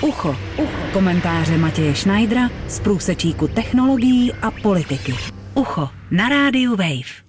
Ucho. Komentáře Matěje Schneidera z průsečíku technologií a politiky. Ucho na rádiu Wave.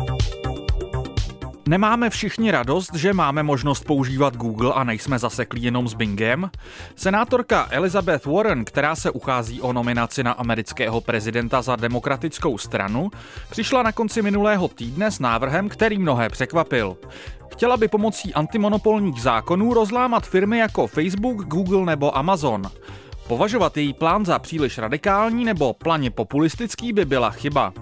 Nemáme všichni radost, že máme možnost používat Google a nejsme zaseklí jenom s Bingem? Senátorka Elizabeth Warren, která se uchází o nominaci na amerického prezidenta za demokratickou stranu, přišla na konci minulého týdne s návrhem, který mnohé překvapil. Chtěla by pomocí antimonopolních zákonů rozlámat firmy jako Facebook, Google nebo Amazon. Považovat její plán za příliš radikální nebo planě populistický by byla chyba.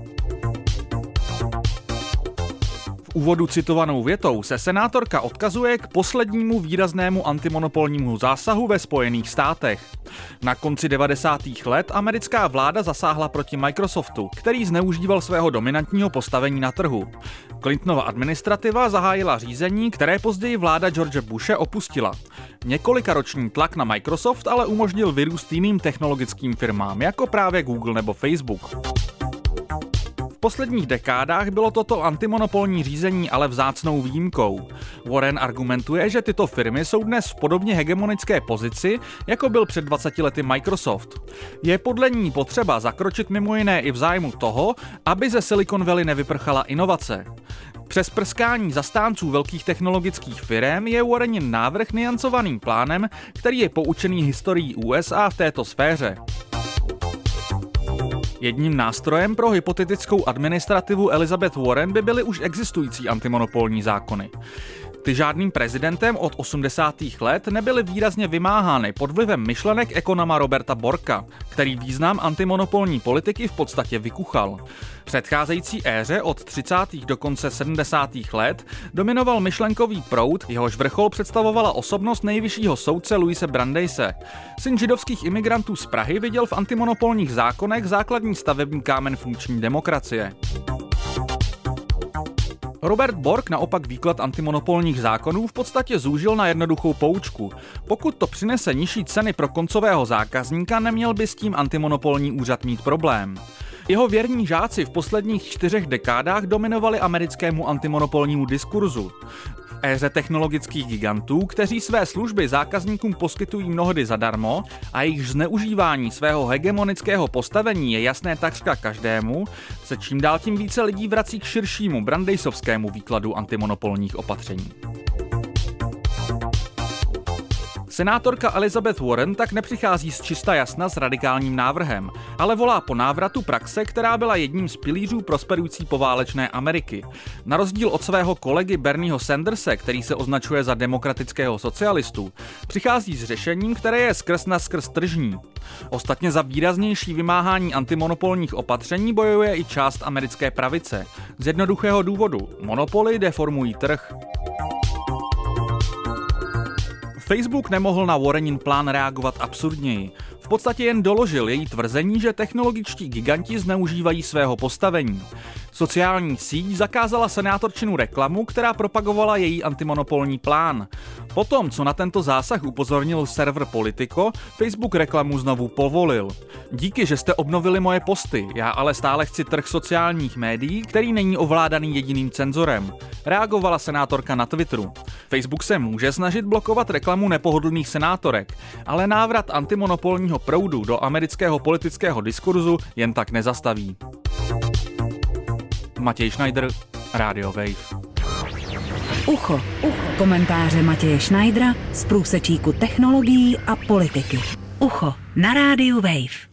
V úvodu citovanou větou se senátorka odkazuje k poslednímu výraznému antimonopolnímu zásahu ve Spojených státech. Na konci 90. let americká vláda zasáhla proti Microsoftu, který zneužíval svého dominantního postavení na trhu. Clintonova administrativa zahájila řízení, které později vláda George Bushe opustila. Několikaroční tlak na Microsoft ale umožnil vyrůst jiným technologickým firmám, jako právě Google nebo Facebook. V posledních dekádách bylo toto antimonopolní řízení ale vzácnou výjimkou. Warren argumentuje, že tyto firmy jsou dnes v podobně hegemonické pozici, jako byl před 20 lety Microsoft. Je podle ní potřeba zakročit mimo jiné i v zájmu toho, aby ze Silicon Valley nevyprchala inovace. Přes prskání zastánců velkých technologických firem je Warrenin návrh niancovaným plánem, který je poučený historií USA v této sféře. Jedním nástrojem pro hypotetickou administrativu Elizabeth Warren by byly už existující antimonopolní zákony. Ty žádným prezidentem od 80. let nebyly výrazně vymáhány pod vlivem myšlenek ekonoma Roberta Borka, který význam antimonopolní politiky v podstatě vykuchal. V předcházející éře od 30. do konce 70. let dominoval myšlenkový proud, jehož vrchol představovala osobnost nejvyššího soudce Louise Brandeise. Syn židovských imigrantů z Prahy viděl v antimonopolních zákonech základní stavební kámen funkční demokracie. Robert Bork naopak výklad antimonopolních zákonů v podstatě zúžil na jednoduchou poučku. Pokud to přinese nižší ceny pro koncového zákazníka, neměl by s tím antimonopolní úřad mít problém. Jeho věrní žáci v posledních 4 dekádách dominovali americkému antimonopolnímu diskurzu. V éře technologických gigantů, kteří své služby zákazníkům poskytují mnohdy zadarmo a jejich zneužívání svého hegemonického postavení je jasné takřka každému, se čím dál tím více lidí vrací k širšímu brandeisovskému výkladu antimonopolních opatření. Senátorka Elizabeth Warren tak nepřichází z čista jasna s radikálním návrhem, ale volá po návratu praxe, která byla jedním z pilířů prosperující poválečné Ameriky. Na rozdíl od svého kolegy Bernieho Sanderse, který se označuje za demokratického socialistu, přichází s řešením, které je skrz naskrz tržní. Ostatně za výraznější vymáhání antimonopolních opatření bojuje i část americké pravice. Z jednoduchého důvodu: monopoly deformují trh. Facebook nemohl na Warrenin plán reagovat absurdněji. V podstatě jen doložil její tvrzení, že technologičtí giganti zneužívají svého postavení. Sociální síť zakázala senátorčinu reklamu, která propagovala její antimonopolní plán. Potom, co na tento zásah upozornil server Politico, Facebook reklamu znovu povolil. Díky, že jste obnovili moje posty, já ale stále chci trh sociálních médií, který není ovládaný jediným cenzorem, reagovala senátorka na Twitteru. Facebook se může snažit blokovat reklamu nepohodlných senátorek, ale návrat antimonopolního proudu do amerického politického diskurzu jen tak nezastaví. Matěj Schneider, Radio Wave. Ucho. Komentáře Matěje Schneidera z průsečíku technologií a politiky. Ucho na rádiu Wave.